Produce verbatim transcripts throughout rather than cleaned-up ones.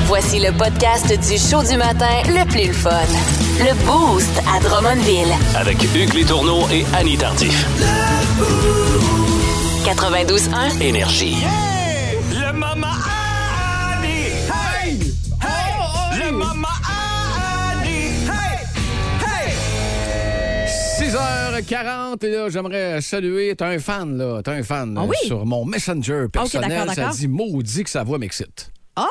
Voici le podcast du show du matin le plus le fun. Le Boost à Drummondville. Avec Hugues Létourneau et Annie Tardif. quatre-vingt-douze un Énergie. Hey! Le Mama Annie! Hey! Hey! Le Mama Annie! Hey! Hey! six heures quarante, et là, j'aimerais saluer. T'es un fan, là. T'es un fan. Ah oui? Sur mon Messenger personnel, d'accord, d'accord. ça dit maudit que sa voix m'excite. Ah!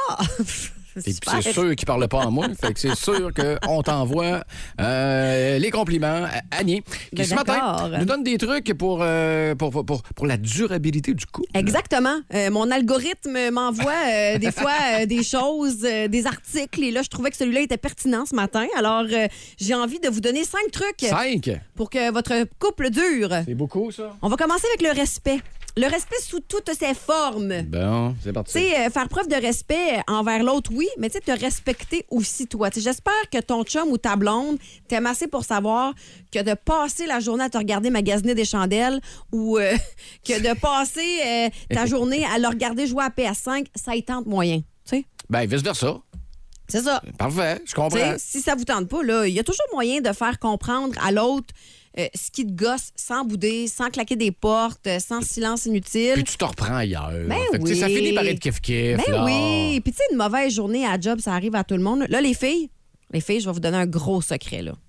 Et puis c'est sûr qu'il parle pas en moi. Fait que c'est sûr qu'on t'envoie euh, les compliments à Annie, qui Ben, ce matin d'accord. nous donne des trucs pour, euh, pour, pour, pour, pour la durabilité du couple. Exactement. Euh, mon algorithme m'envoie euh, des fois euh, des choses, euh, des articles. Et là, je trouvais que celui-là était pertinent ce matin. Alors, euh, j'ai envie de vous donner cinq trucs Cinq. pour que votre couple dure. C'est beaucoup, ça? On va commencer avec le respect. Le respect sous toutes ses formes. Bon, c'est parti. Tu sais, euh, faire preuve de respect envers l'autre, oui, mais tu sais, te respecter aussi toi. Tu sais, j'espère que ton chum ou ta blonde t'aime assez pour savoir que de passer la journée à te regarder magasiner des chandelles ou euh, que de passer euh, ta journée à le regarder jouer à P S cinq, ça y tente moyen, tu sais. Ben, vice-versa. C'est ça. Parfait, je Tu comprends. sais, si ça vous tente pas, là, il y a toujours moyen de faire comprendre à l'autre euh, ce qui te gosse sans bouder, sans claquer des portes, euh, sans silence inutile. Puis tu te reprends ailleurs. Ben Fait que, tu sais, oui. Ça finit par être kiff-kiff. Ben là. oui. Puis tu sais, une mauvaise journée à job, ça arrive à tout le monde. Là, les filles, les filles, je vais vous donner un gros secret, là.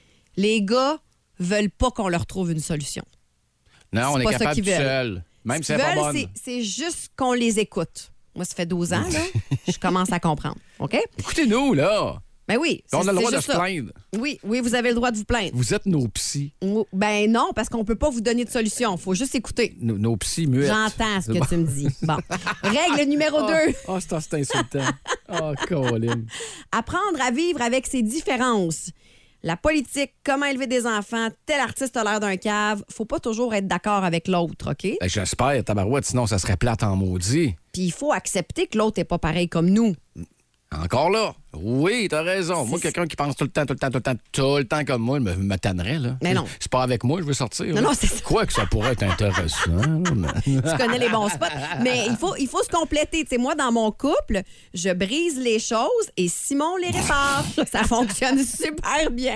Les gars veulent pas qu'on leur trouve une solution. Non, on c'est est pas ça capable qu'ils tout veulent. seul. Même si Ce c'est pas qu'ils veulent, bonne. c'est- c'est juste qu'on les écoute. Moi, ça fait douze ans, là. Je commence à comprendre. OK? Écoutez-nous, là. Ben oui. On c'est- a le c'est droit de juste se ça. plaindre. Oui, oui, vous avez le droit de vous plaindre. Vous êtes nos psys. Ou- Ben non, parce qu'on peut pas vous donner de solution. Faut juste écouter. Nos, nos psys muettes. J'entends ce C'est que bon. tu me dis. Bon. Règle numéro deux. Oh, c'est c'est insultant. Oh, Colin. Apprendre à vivre avec ses différences. La politique, comment élever des enfants, tel artiste a l'air d'un cave. Faut pas toujours être d'accord avec l'autre, OK? Ben, J'espère, tabarouette, sinon ça serait plate en maudit. Puis il faut accepter que l'autre est pas pareil comme nous. Encore là. Oui, t'as raison. Moi, C'est- quelqu'un qui pense tout le temps, tout le temps, tout le temps, tout le temps comme moi, me, me tannerait, là. Mais non. C'est pas avec moi, je veux sortir. Non, là. non, c'est ça. Quoi que ça pourrait être intéressant. mais- Tu connais les bons spots. Mais il faut, il faut se compléter. Tu sais, moi, dans mon couple, je brise les choses et Simon les répare. Ça fonctionne super bien.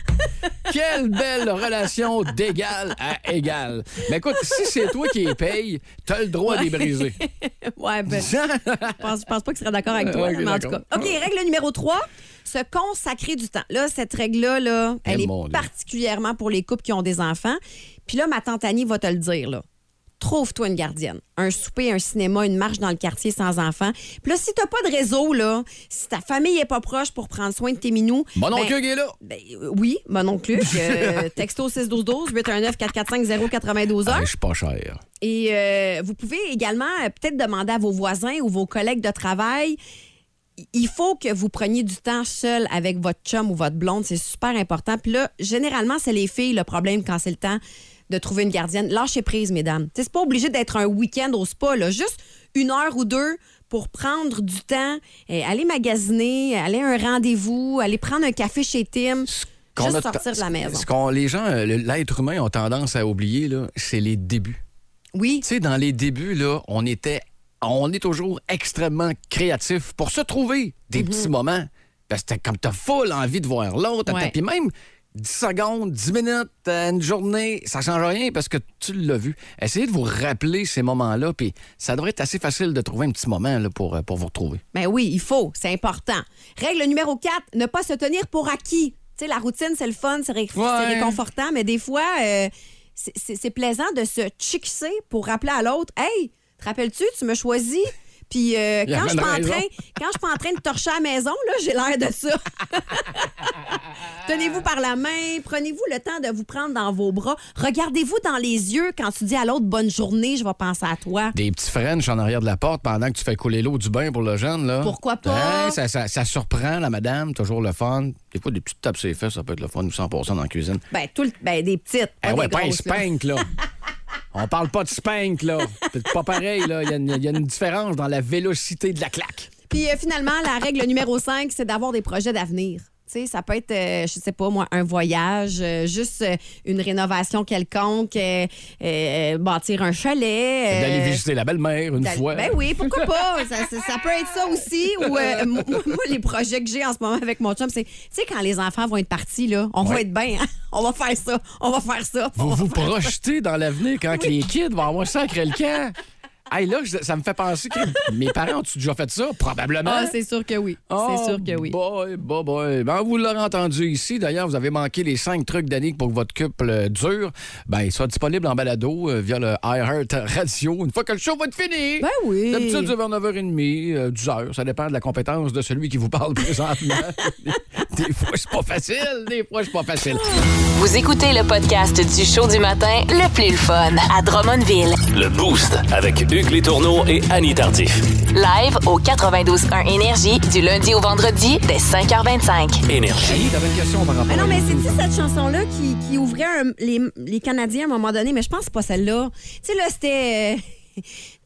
Quelle belle relation d'égal à égal. Mais écoute, si c'est toi qui les paye, t'as le droit de les briser. Ouais, ben, je pense, je pense pas qu'il serait d'accord avec toi. Ok, mais en tout cas. d'accord. OK, règle numéro trois, se consacrer du temps. Là, cette règle-là, là, elle Eh, est mon Dieu. particulièrement pour les couples qui ont des enfants. Puis là, ma tante Annie va te le dire, là. Trouve-toi une gardienne. Un souper, un cinéma, une marche dans le quartier sans enfants. Puis là, si t'as pas de réseau, là, si ta famille est pas proche pour prendre soin de tes minous... Mon ben, oncle Hugues est là. ben, euh, oui, mon oncle Luc. euh, texto six douze douze, huit un neuf, quatre quatre cinq, zéro quatre-vingt-douze Ah, heures. je suis pas cher. Et euh, vous pouvez également euh, peut-être demander à vos voisins ou vos collègues de travail. Il faut que vous preniez du temps seul avec votre chum ou votre blonde. C'est super important. Puis là, généralement, c'est les filles le problème quand c'est le temps de trouver une gardienne. Lâchez prise, mesdames. T'sais, c'est pas obligé d'être un week-end au spa. Là. Juste une heure ou deux pour prendre du temps, euh, aller magasiner, aller à un rendez-vous, aller prendre un café chez Tim. Qu'on Juste a- sortir de la maison. Ce qu'on les gens, euh, le- l'être humain ont tendance à oublier, là, c'est les débuts. Oui. Tu sais, dans les débuts, là, on était, on est toujours extrêmement créatif pour se trouver des Mhm. petits moments. Parce que t'as- comme t'as full envie de voir l'autre, Ouais. puis même dix secondes, dix minutes, euh, une journée, ça change rien parce que tu l'as vu. Essayez de vous rappeler ces moments-là, puis ça devrait être assez facile de trouver un petit moment là, pour, euh, pour vous retrouver. Ben oui, il faut, c'est important. Règle numéro quatre, ne pas se tenir pour acquis. Tu sais, la routine, c'est le fun, c'est, ré- Ouais. c'est réconfortant, mais des fois, euh, c'est, c'est- c'est plaisant de se chickser pour rappeler à l'autre, « Hey, te rappelles-tu, tu m'as choisi? » Puis euh, Il y quand avait je suis pas en raison. train, quand je suis pas en train de torcher à la maison, là, j'ai l'air de ça. Tenez-vous par la main, prenez-vous le temps de vous prendre dans vos bras. Regardez-vous dans les yeux quand tu dis à l'autre « Bonne journée, je vais penser à toi ». Des petits French en arrière de la porte pendant que tu fais couler l'eau du bain pour le jeune. Là. Pourquoi pas? Hey, ça, ça- ça surprend la madame, toujours le fun. Des fois, des petites tapes sur les fesses, ça peut être le fun, cent pour cent dans la cuisine. Ben, tout le- ben des petites, pas Eh ouais, des pas un grosses, là. spank, là. On parle pas de spank, là. C'est pas pareil, là. Il y, a une- il y a une différence dans la vélocité de la claque. Puis euh, finalement, la règle numéro cinq, c'est d'avoir des projets d'avenir. Tu sais, ça peut être, euh, je sais pas moi, un voyage, euh, juste euh, une rénovation quelconque, euh, euh, bâtir un chalet. Euh, D'aller visiter la belle-mère une fois. Ben oui, pourquoi pas? ça, ça, ça peut être ça aussi. Ou euh, moi, moi, les projets que j'ai en ce moment avec mon chum, c'est, tu sais, quand les enfants vont être partis, là, on Ouais. va être bien. Hein? On va faire ça, on va faire ça. Vous on va vous faire ça. projetez dans l'avenir quand que les kids vont avoir ça après le camp. Hey, là, je- ça me fait penser que mes parents ont-tu déjà fait ça? Probablement. Ah, c'est sûr que oui. Oh, c'est sûr que oui. Boy, boy, boy. Ben, vous l'aurez entendu ici. D'ailleurs, vous avez manqué les cinq trucs d'Annick pour que votre couple euh, dure. Ben, il sera disponible en balado euh, via le iHeart Radio une fois que le show va être fini. Ben oui. D'habitude, c'est vers neuf heures trente, euh, dix heures. Ça dépend de la compétence de celui qui vous parle présentement. Des fois, c'est pas facile. Des fois, c'est pas facile. Vous écoutez le podcast du show du matin le plus le fun à Drummondville. Le Boost avec Hugues Létourneau et Annie Tardif. Live au quatre-vingt-douze point un Énergie du lundi au vendredi dès cinq heures vingt-cinq. Énergie. T'avais une question par rapport Mais non, à mais YouTube. c'est-tu cette chanson-là qui, qui ouvrait un- les, les Canadiens à un moment donné? Mais je pense que c'est pas celle-là. Tu sais, là, c'était... euh,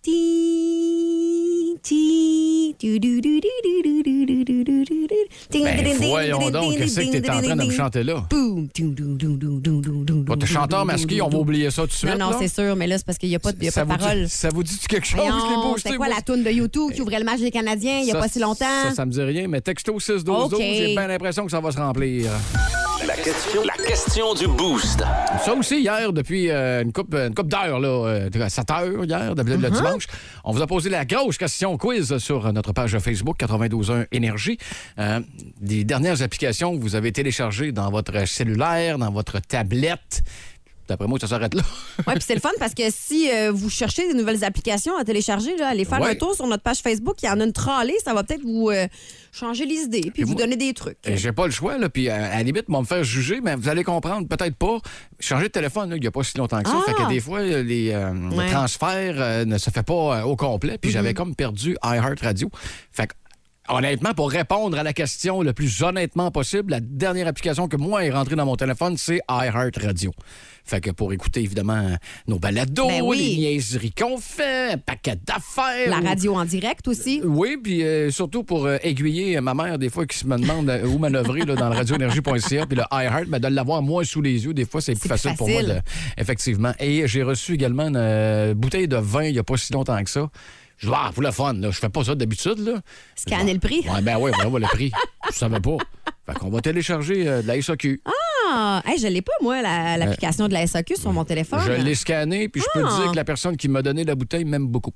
Ti, ti, du, du, du, du, du, du, du, du, du, du, du, du. Ding, Ben, ding, ding, voyons ding, donc, ding, qu'est-ce que ding, t'es en ding, train de me ding. chanter là? Boum. Ding, ding, ding, ding, ding, ding, ding, Votre ding, chanteur ding, masqué, ding, on va ding. oublier ça tout de suite. Non, non, là. c'est sûr, mais là, c'est parce qu'il n'y a pas, il y a ça pas de vous parole. dit, ça vous dit quelque chose, Voyons, les boostés? c'est quoi Moi, la toune de YouTube qui ouvrait le match des Canadiens il n'y a ça, pas si longtemps? Ça, ça me dit rien, mais texto six douze douze, OK. j'ai bien l'impression que ça va se remplir. La question, la question du Boost. Ça aussi, hier, depuis euh, une coupe une couple d'heures, là, euh, sept heures hier, le, le dimanche, on vous a posé la grosse question quiz sur notre page Facebook quatre-vingt-douze point un Énergie. Euh, des dernières applications que vous avez téléchargées dans votre cellulaire, dans votre tablette. D'après moi, ça s'arrête là. Oui, puis c'est le fun parce que si euh, vous cherchez des nouvelles applications à télécharger, là, allez faire Ouais. un tour sur notre page Facebook. Il y en a une tralée. Ça va peut-être vous euh, changer les idées puis vous moi- donner des trucs. Et J'ai pas le choix, là, puis à, à la limite, ils vont me faire juger, mais vous allez comprendre, peut-être pas. Changer de téléphone, là, il n'y a pas si longtemps que ça. Ah! Fait que des fois, les, euh, le Ouais. transfert euh, ne se fait pas euh, au complet, puis j'avais comme perdu iHeart Radio. Fait que, honnêtement, pour répondre à la question le plus honnêtement possible, la dernière application que moi est rentrée dans mon téléphone, c'est iHeart Radio. Fait que pour écouter, évidemment, nos balados, Ben oui. les niaiseries qu'on fait, un paquet d'affaires. La ou- radio en direct aussi. oui, puis euh, surtout pour euh, aiguiller ma mère, des fois, qui se me demande euh, où manœuvrer là, dans le radioénergie point c a, puis le iHeart, ben, de l'avoir moins sous les yeux, des fois, c'est plus C'est facile, plus pour moi. facile. De... Effectivement. Et j'ai reçu également une euh, bouteille de vin il n'y a pas si longtemps que ça. Je dis, ah, pour le fun, là, je fais pas ça d'habitude. Là. Scanner le prix. Ouais, ben oui, on va le prix. Je savais pas. Fait qu'on va télécharger euh, de la S A Q. Ah, hey, je l'ai pas, moi, la- l'application de la S A Q sur mon téléphone. Je l'ai scanné, puis je peux Ah. te dire que la personne qui m'a donné la bouteille m'aime beaucoup.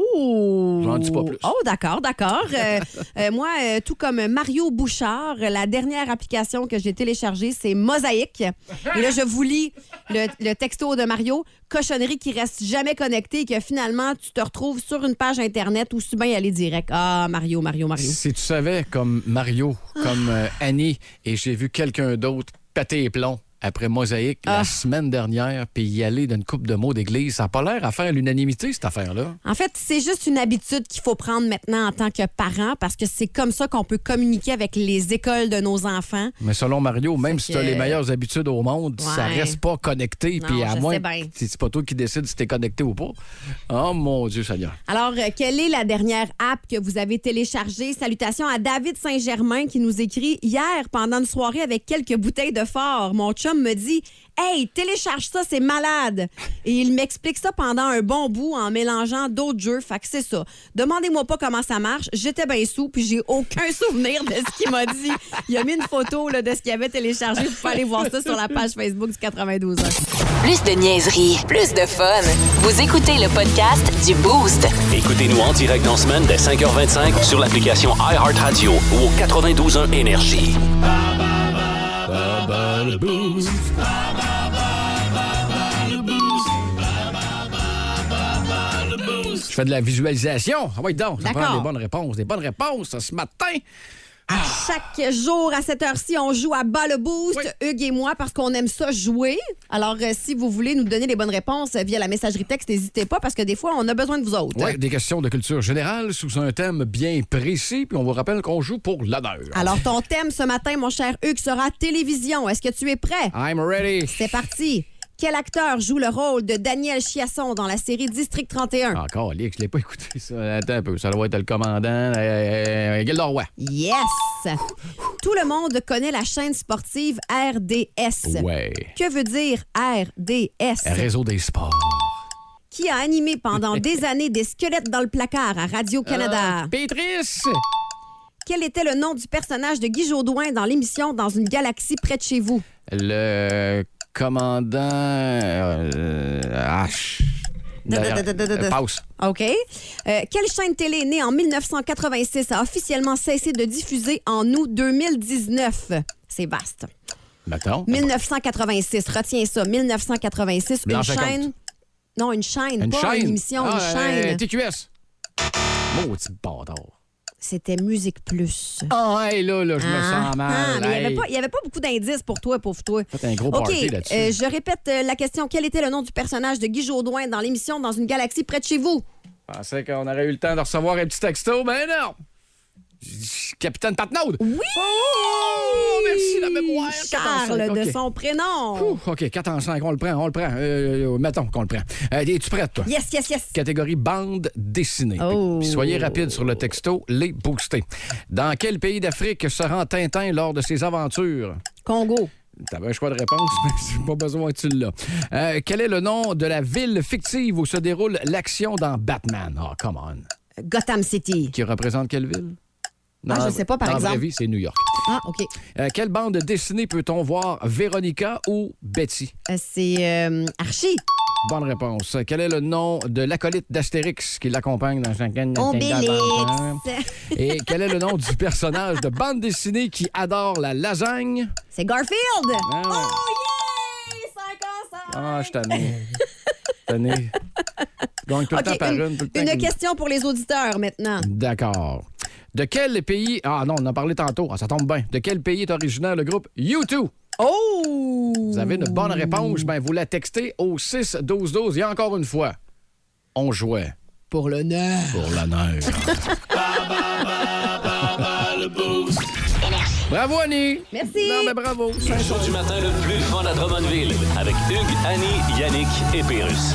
Oh! J'en dis pas plus. Oh, d'accord, d'accord. Euh, euh, moi, euh, tout comme Mario Bouchard, la dernière application que j'ai téléchargée, c'est Mosaïque. Et là, je vous lis le, le texto de Mario. Cochonnerie qui reste jamais connectée et que finalement, tu te retrouves sur une page Internet où tu bien y aller direct. Ah, Mario, Mario, Mario. Si tu savais, comme Mario, comme euh, Annie, et j'ai vu quelqu'un d'autre péter les plombs après Mosaïque la Ah. semaine dernière, puis y aller d'une coupe de mots d'église, ça n'a pas l'air à faire l'unanimité, cette affaire-là. En fait, c'est juste une habitude qu'il faut prendre maintenant en tant que parent parce que c'est comme ça qu'on peut communiquer avec les écoles de nos enfants. Mais selon Mario, même Fait si que- tu as les meilleures habitudes au monde, ça Ouais. reste pas connecté. Non, Puis à je moins sais bien. que c'est pas toi qui décides si t'es connecté ou pas. Oh mon Dieu Seigneur. Alors, euh, quelle est la dernière app que vous avez téléchargée? Salutations à David Saint-Germain qui nous écrit « Hier, pendant une soirée avec quelques bouteilles de fort, mon chum me dit « Hey, télécharge ça, c'est malade! » Et il m'explique ça pendant un bon bout en mélangeant d'autres jeux. Fait que c'est ça. Demandez-moi pas comment ça marche. J'étais bien sous, puis j'ai aucun souvenir de ce qu'il m'a dit. Il a mis une photo là, de ce qu'il avait téléchargé. Vous pouvez aller voir ça sur la page Facebook du quatre-vingt-douze ans. Plus de niaiserie, plus de fun. Vous écoutez le podcast du Boost. Écoutez-nous en direct en semaine dès cinq heures vingt-cinq sur l'application iHeartRadio ou au quatre-vingt-douze point un Énergie. Je fais de la visualisation. Ah oui, donc, ça D'accord. prend des bonnes réponses. Des bonnes réponses ce matin. Chaque jour à cette heure-ci, on joue à bas le boost, Oui. Hugues et moi, parce qu'on aime ça jouer. Alors, euh, si vous voulez nous donner les bonnes réponses euh, via la messagerie texte, n'hésitez pas, parce que des fois, on a besoin de vous autres. Ouais, des questions de culture générale sous un thème bien précis. Puis on vous rappelle qu'on joue pour l'honneur. Alors, ton thème ce matin, mon cher Hugues, sera télévision. Est-ce que tu es prêt? I'm ready. C'est parti. Quel acteur joue le rôle de Daniel Chiasson dans la série District trente et un? Encore, Lix, je l'ai pas écouté ça. Attends un peu. Ça doit être le commandant. Euh, euh, Gilda Roy. Yes! Tout le monde connaît la chaîne sportive R D S. Ouais. Que veut dire R D S? Réseau des sports. Qui a animé pendant des années des squelettes dans le placard à Radio-Canada? Euh, Pétrice! Quel était le nom du personnage de Guy Jodoin dans l'émission Dans une galaxie près de chez vous? Le commandant... Euh, H. D'ailleurs, euh, Pause. OK. Euh, quelle chaîne télé née en mille neuf cent quatre-vingt-six a officiellement cessé de diffuser en août deux mille dix-neuf? C'est vaste. Mettons. mille neuf cent quatre-vingt-six, retiens ça. mille neuf cent quatre-vingt-six, une Blanche à chaîne... compte. Non, une chaîne, Une pas chaîne? une émission, Ah, une euh, chaîne. T Q S. Maudit bâtard. C'était Musique Plus. Ah, hey, là, là, je me Ah, sens mal. ah, mais il n'y Hey. avait, pas- il y avait pas beaucoup d'indices pour toi, pauvre toi. Faites un gros OK, party là-dessus. euh, je répète euh, la question. Quel était le nom du personnage de Guy Jodoin dans l'émission Dans une galaxie près de chez vous? Je pensais qu'on aurait eu le temps de recevoir un petit texto, mais non! Capitaine Patnaud! Oui! Oh, merci, la mémoire! Charles, de OK. son prénom. Ouh, OK, quatre en cinq, on le prend, on le prend. Euh, euh, mettons qu'on le prend. Euh, Es-tu prête, toi? Yes, yes, yes. Catégorie bande dessinée. Oh. Puis soyez rapide sur le texto, les booster. Dans quel pays d'Afrique se rend Tintin lors de ses aventures? Congo. T'avais un choix de réponse, mais j'ai pas besoin que tu l'as. Euh, quel est le nom de la ville fictive où se déroule l'action dans Batman? Oh, come on. Gotham City. Qui représente quelle ville? Ah, je sais pas, par dans la exemple. vraie vie, c'est New York. Ah, OK. Euh, quelle bande dessinée peut-on voir? Véronica ou Betty? Euh, c'est euh, Archie. Bonne réponse. Quel est le nom de l'acolyte d'Astérix qui l'accompagne dans chacun Obélix. Et quel est le nom du personnage de bande dessinée qui adore la lasagne? C'est Garfield. Ah. Oh, yeah! cinq ans, cinq. Ah, je t'en ai. Tanné. Donc, tout le OK, temps par une, une. tout le temps une qu'une- question pour les auditeurs maintenant. D'accord. De quel pays... Ah non, on en a parlé tantôt. Ah, ça tombe bien. De quel pays est originaire le groupe U deux? Oh! Vous avez une bonne réponse. Ben, vous la textez au six douze douze. Et encore une fois, on jouait Pour le neuf. pour l'honneur. Bravo, Annie! Merci. Non, mais bravo. Le show du matin le plus fun à Drummondville avec Hugues, Annie, Yannick et Pérus.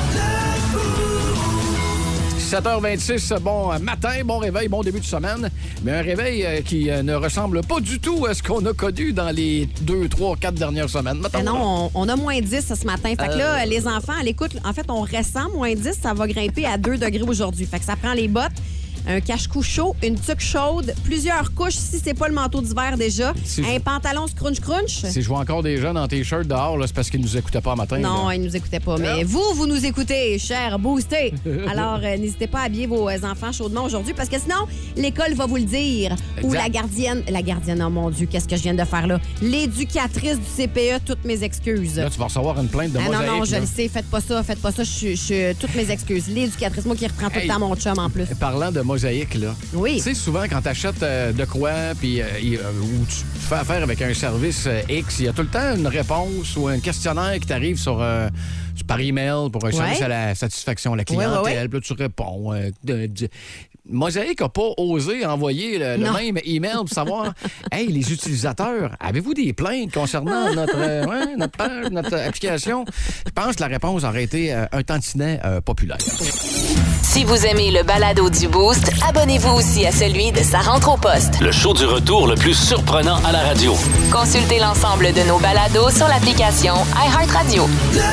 sept heures vingt-six, bon matin, bon réveil, bon début de semaine. Mais un réveil euh, qui euh, ne ressemble pas du tout à ce qu'on a connu dans les deux, trois, quatre dernières semaines. Mettons, Ben là. non, on, on a moins dix ce matin. Fait que là, les enfants, à l'écoute, en fait, on ressent moins dix, ça va grimper à deux degrés aujourd'hui. Fait que ça prend les bottes, un cache-cou chaud, une tuque chaude, plusieurs couches si c'est pas le manteau d'hiver déjà, Si un je- pantalon scrunch-crunch. Si je vois encore des jeunes en T-shirt dehors, là, c'est parce qu'ils nous écoutaient pas matin. Non, là. ils nous écoutaient pas. Mais vous, vous nous écoutez, chers boostés. Alors, euh, n'hésitez pas à habiller vos euh, enfants chaudement aujourd'hui parce que sinon, l'école va vous le dire. Ou Exact. la gardienne. La gardienne, oh mon Dieu, qu'est-ce que je viens de faire là? L'éducatrice du C P E, toutes mes excuses. Là, tu vas recevoir une plainte de Ah non, mosaïque. non, je là. le sais, faites pas ça, faites pas ça. Je suis- je suis- toutes mes excuses. L'éducatrice, moi qui reprends tout Hey. le temps mon chum en plus. Parlant de mosaïque, là. Oui. Tu sais, souvent, quand tu achètes de quoi, puis euh, il- euh, ou tu fais affaire avec un service euh, X, il y a tout le temps une réponse ou un questionnaire qui t'arrive sur, euh, sur- par email pour un service Ouais. à la satisfaction à la Ouais, clientèle. ouais, ouais. Puis là, tu réponds. euh, de- de- Mosaïque n'a pas osé envoyer le, le Non. même email pour savoir hey, les utilisateurs, avez-vous des plaintes concernant notre, euh, ouais, notre page, notre application? Je pense que la réponse aurait été euh, un tantinet euh, populaire. Si vous aimez le balado du Boost, abonnez-vous aussi à celui de Sa rentre au poste. Le show du retour le plus surprenant à la radio. Consultez l'ensemble de nos balados sur l'application iHeartRadio.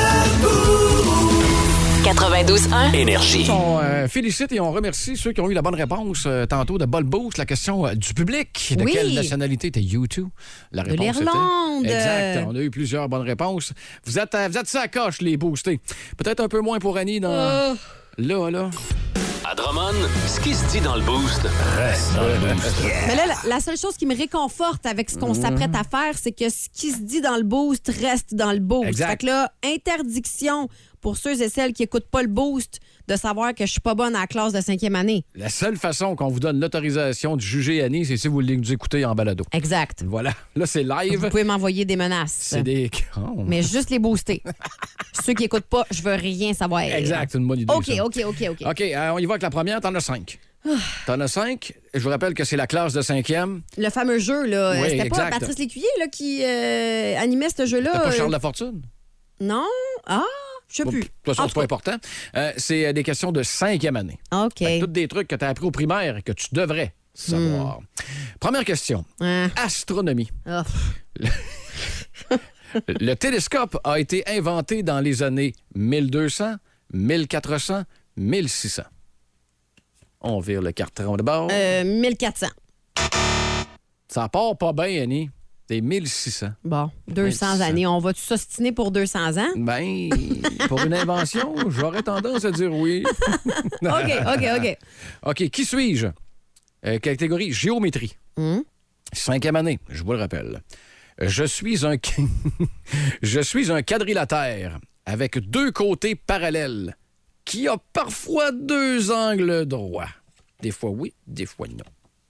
quatre-vingt-douze point un. Énergie. On euh, félicite et on remercie ceux qui ont eu la bonne réponse euh, tantôt de Bol Boost. La question euh, du public. De Oui. quelle nationalité était U deux? La De réponse l'Irlande. était... Exact. On a eu plusieurs bonnes réponses. Vous êtes, euh, vous êtes ça à coche, les boostés. Peut-être un peu moins pour Annie dans... Oh. Là, là. À Drummond, ce qui se dit dans le boost reste dans le boost. Mais là, la, la seule chose qui me réconforte avec ce qu'on s'apprête à faire, c'est que ce qui se dit dans le boost reste dans le boost. Exact. Fait que là, interdiction pour ceux et celles qui écoutent pas le boost de savoir que je suis pas bonne à la classe de cinquième année. La seule façon qu'on vous donne l'autorisation de juger Annie, c'est si vous nous écoutez en balado. Exact. Voilà. Là, c'est Vous live. pouvez m'envoyer des menaces. C'est des... Oh. Mais juste les booster. Ceux qui écoutent pas, je veux rien savoir. Exact, c'est une bonne idée. OK, ça. OK, OK, OK. OK, euh, on y va avec la première. T'en as cinq. T'en as cinq. Je vous rappelle que c'est la classe de cinquième. Le fameux jeu, là. Oui, C'était pas exact. Patrice Lécuyer là, qui euh, animait ce jeu-là? T'as pas euh, Charles Lafortune? Non? Ah, je sais Bon, plus. de toute façon, En c'est tout pas cas, important. Euh, c'est euh, des questions de cinquième année. OK. Fait que toutes des trucs que tu as appris au primaire et que tu devrais savoir. Mm. Première question. Hein? Astronomie. Oh. Le... Le télescope a été inventé dans les années mille deux cents, mille quatre cents, mille six cents. On vire le carton de bord. Euh, mille quatre cents. Ça part pas bien, Annie. C'est mille six cents. Bon, deux cents mille six cents. années. On va-tu s'ostiner pour deux cents ans? Ben, pour une invention, j'aurais tendance à dire oui. OK, OK, OK. OK, qui suis-je? Euh, catégorie géométrie. Hum? Cinquième année, je vous le rappelle. Je suis un je suis un quadrilatère avec deux côtés parallèles qui a parfois deux angles droits. Des fois oui, des fois non.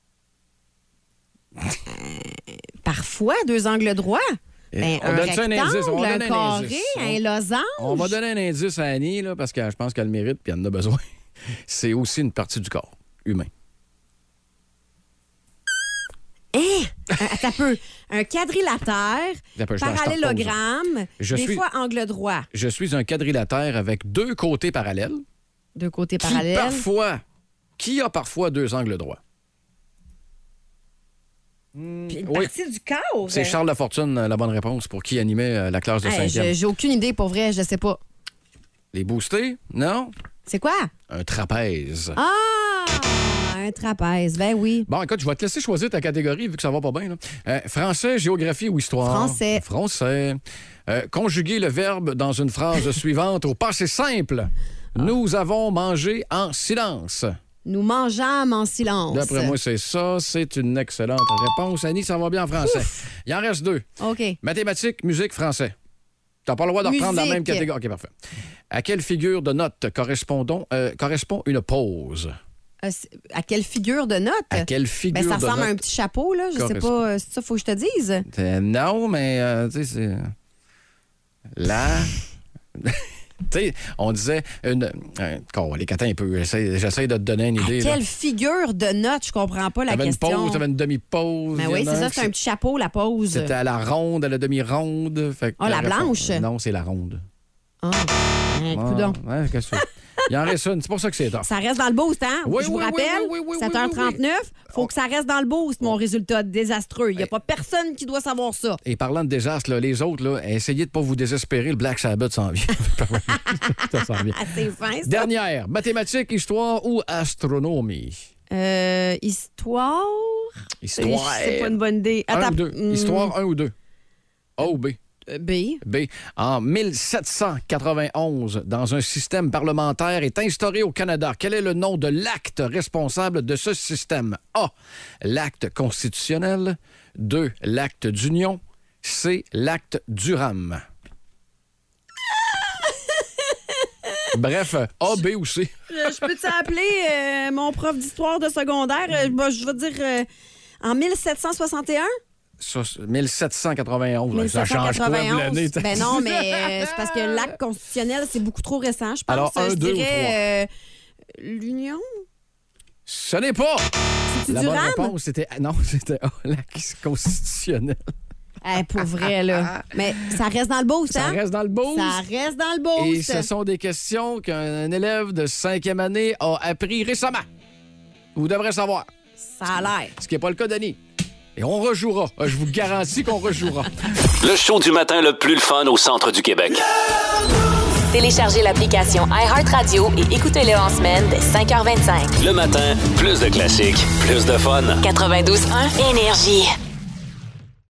Parfois, deux angles droits. Ben, on un donne ça rectangle, un indice, on va un donner un carré, indice. un losange. On va donner un indice à Annie là, parce que je pense qu'elle le mérite et elle en a besoin. C'est aussi une partie du corps humain. Hein? Attends un peu. Un quadrilatère, Peu, je parallélogramme, je des suis, fois angle droit. Je suis un quadrilatère avec deux côtés parallèles. Deux côtés Qui parallèles. parfois, qui a parfois deux angles droits. Puis une oui. partie du corps. C'est Charles Lafortune, la bonne réponse pour qui animait euh, la classe de Hey, cinquième. je- J'ai aucune idée, pour vrai, je sais pas. Les boostés? Non. C'est quoi? Un trapèze. Ah! Un trapèze, ben oui. Bon, écoute, je vais te laisser choisir ta catégorie vu que ça va pas bien. là. Euh, français, géographie ou histoire? Français. Français. Euh, conjuguer le verbe dans une phrase suivante au passé simple. Nous avons mangé en silence. Nous mangeâmes en silence. D'après moi, c'est ça. C'est une excellente réponse. Annie, ça va bien en français. Ouf. Il en reste deux. OK. Mathématiques, musique, français. T'as pas le droit de reprendre la Musique. même catégorie. OK, parfait. À quelle figure de note correspondons, euh, correspond une pause? Euh, c'est- à quelle figure de note? À quelle figure Ben, ça de ressemble à un note? petit chapeau, là. Je sais correspond? pas. euh, C'est ça, faut que je te dise? Euh, non, mais euh, tu sais, c'est. Là. Tu sais, on disait une. Euh, oh, les catins un peu. J'essaie, j'essaie de te donner une À idée. là. quelle figure de note? Je comprends pas la T'avais une question. pause, t'avais une demi-pause. Ben il y oui, en a c'est ça, que c'est un petit chapeau, la pause. C'était à la ronde, à la demi-ronde. Fait que Ah, la réponse- blanche? Non, c'est la ronde. Ah, ben, Ah, coudonc. ouais, qu'est-ce que tu fais? Il en reste une. C'est pour ça que c'est tard. Ça reste dans le boost, hein? Oui, Je vous oui, rappelle, oui, oui, oui, oui, sept heures trente-neuf, faut que ça reste dans le boost, mon résultat désastreux. Il n'y a pas personne qui doit savoir ça. Et parlant de désastre, là, les autres, là, essayez de pas vous désespérer. Le Black Sabbath s'en vient. Ça s'en vient. Ah, c'est fin, ça. Dernière, mathématiques, histoire ou astronomie? Euh, histoire? Histoire. C'est pas une bonne idée. Un Attends. ou deux. hum, Histoire, un ou deux. A ou B? euh, B. B. En mille sept cent quatre-vingt-onze, dans un système parlementaire est instauré au Canada. Quel est le nom de l'acte responsable de ce système? A. L'acte constitutionnel. deux. L'acte d'union. C. L'acte Durham. Bref, A, B ou C. Je, je peux-tu appeler euh, mon prof d'histoire de secondaire? Euh, bah, je vais dire euh, en mille sept cent soixante et un? Ça, c'est mille sept cent quatre-vingt-onze. là, Ça change quoi de l'année? Ben non, mais euh, c'est parce que l'acte constitutionnel, c'est beaucoup trop récent, je pense. Alors, un, je deux ou dirais euh, l'Union? Ce n'est pas! C'est-tu La du bonne RAM? réponse, c'était... Non, c'était A, l'acte constitutionnel. Eh, pour vrai, là. Mais ça reste dans le boost, Ça hein? reste dans le boost. Ça reste dans le Et boost. ce sont des questions qu'un élève de cinquième année a appris récemment. Vous devrez savoir. Ça a l'air. Ce qui n'est pas le cas d'Annie. Et on rejouera. Euh, Je vous garantis qu'on rejouera. Le show du matin le plus le fun au centre du Québec. Téléchargez l'application iHeartRadio et écoutez-le en semaine dès cinq heures vingt-cinq. Le matin, plus de classiques, plus de fun. quatre-vingt-douze point un Énergie.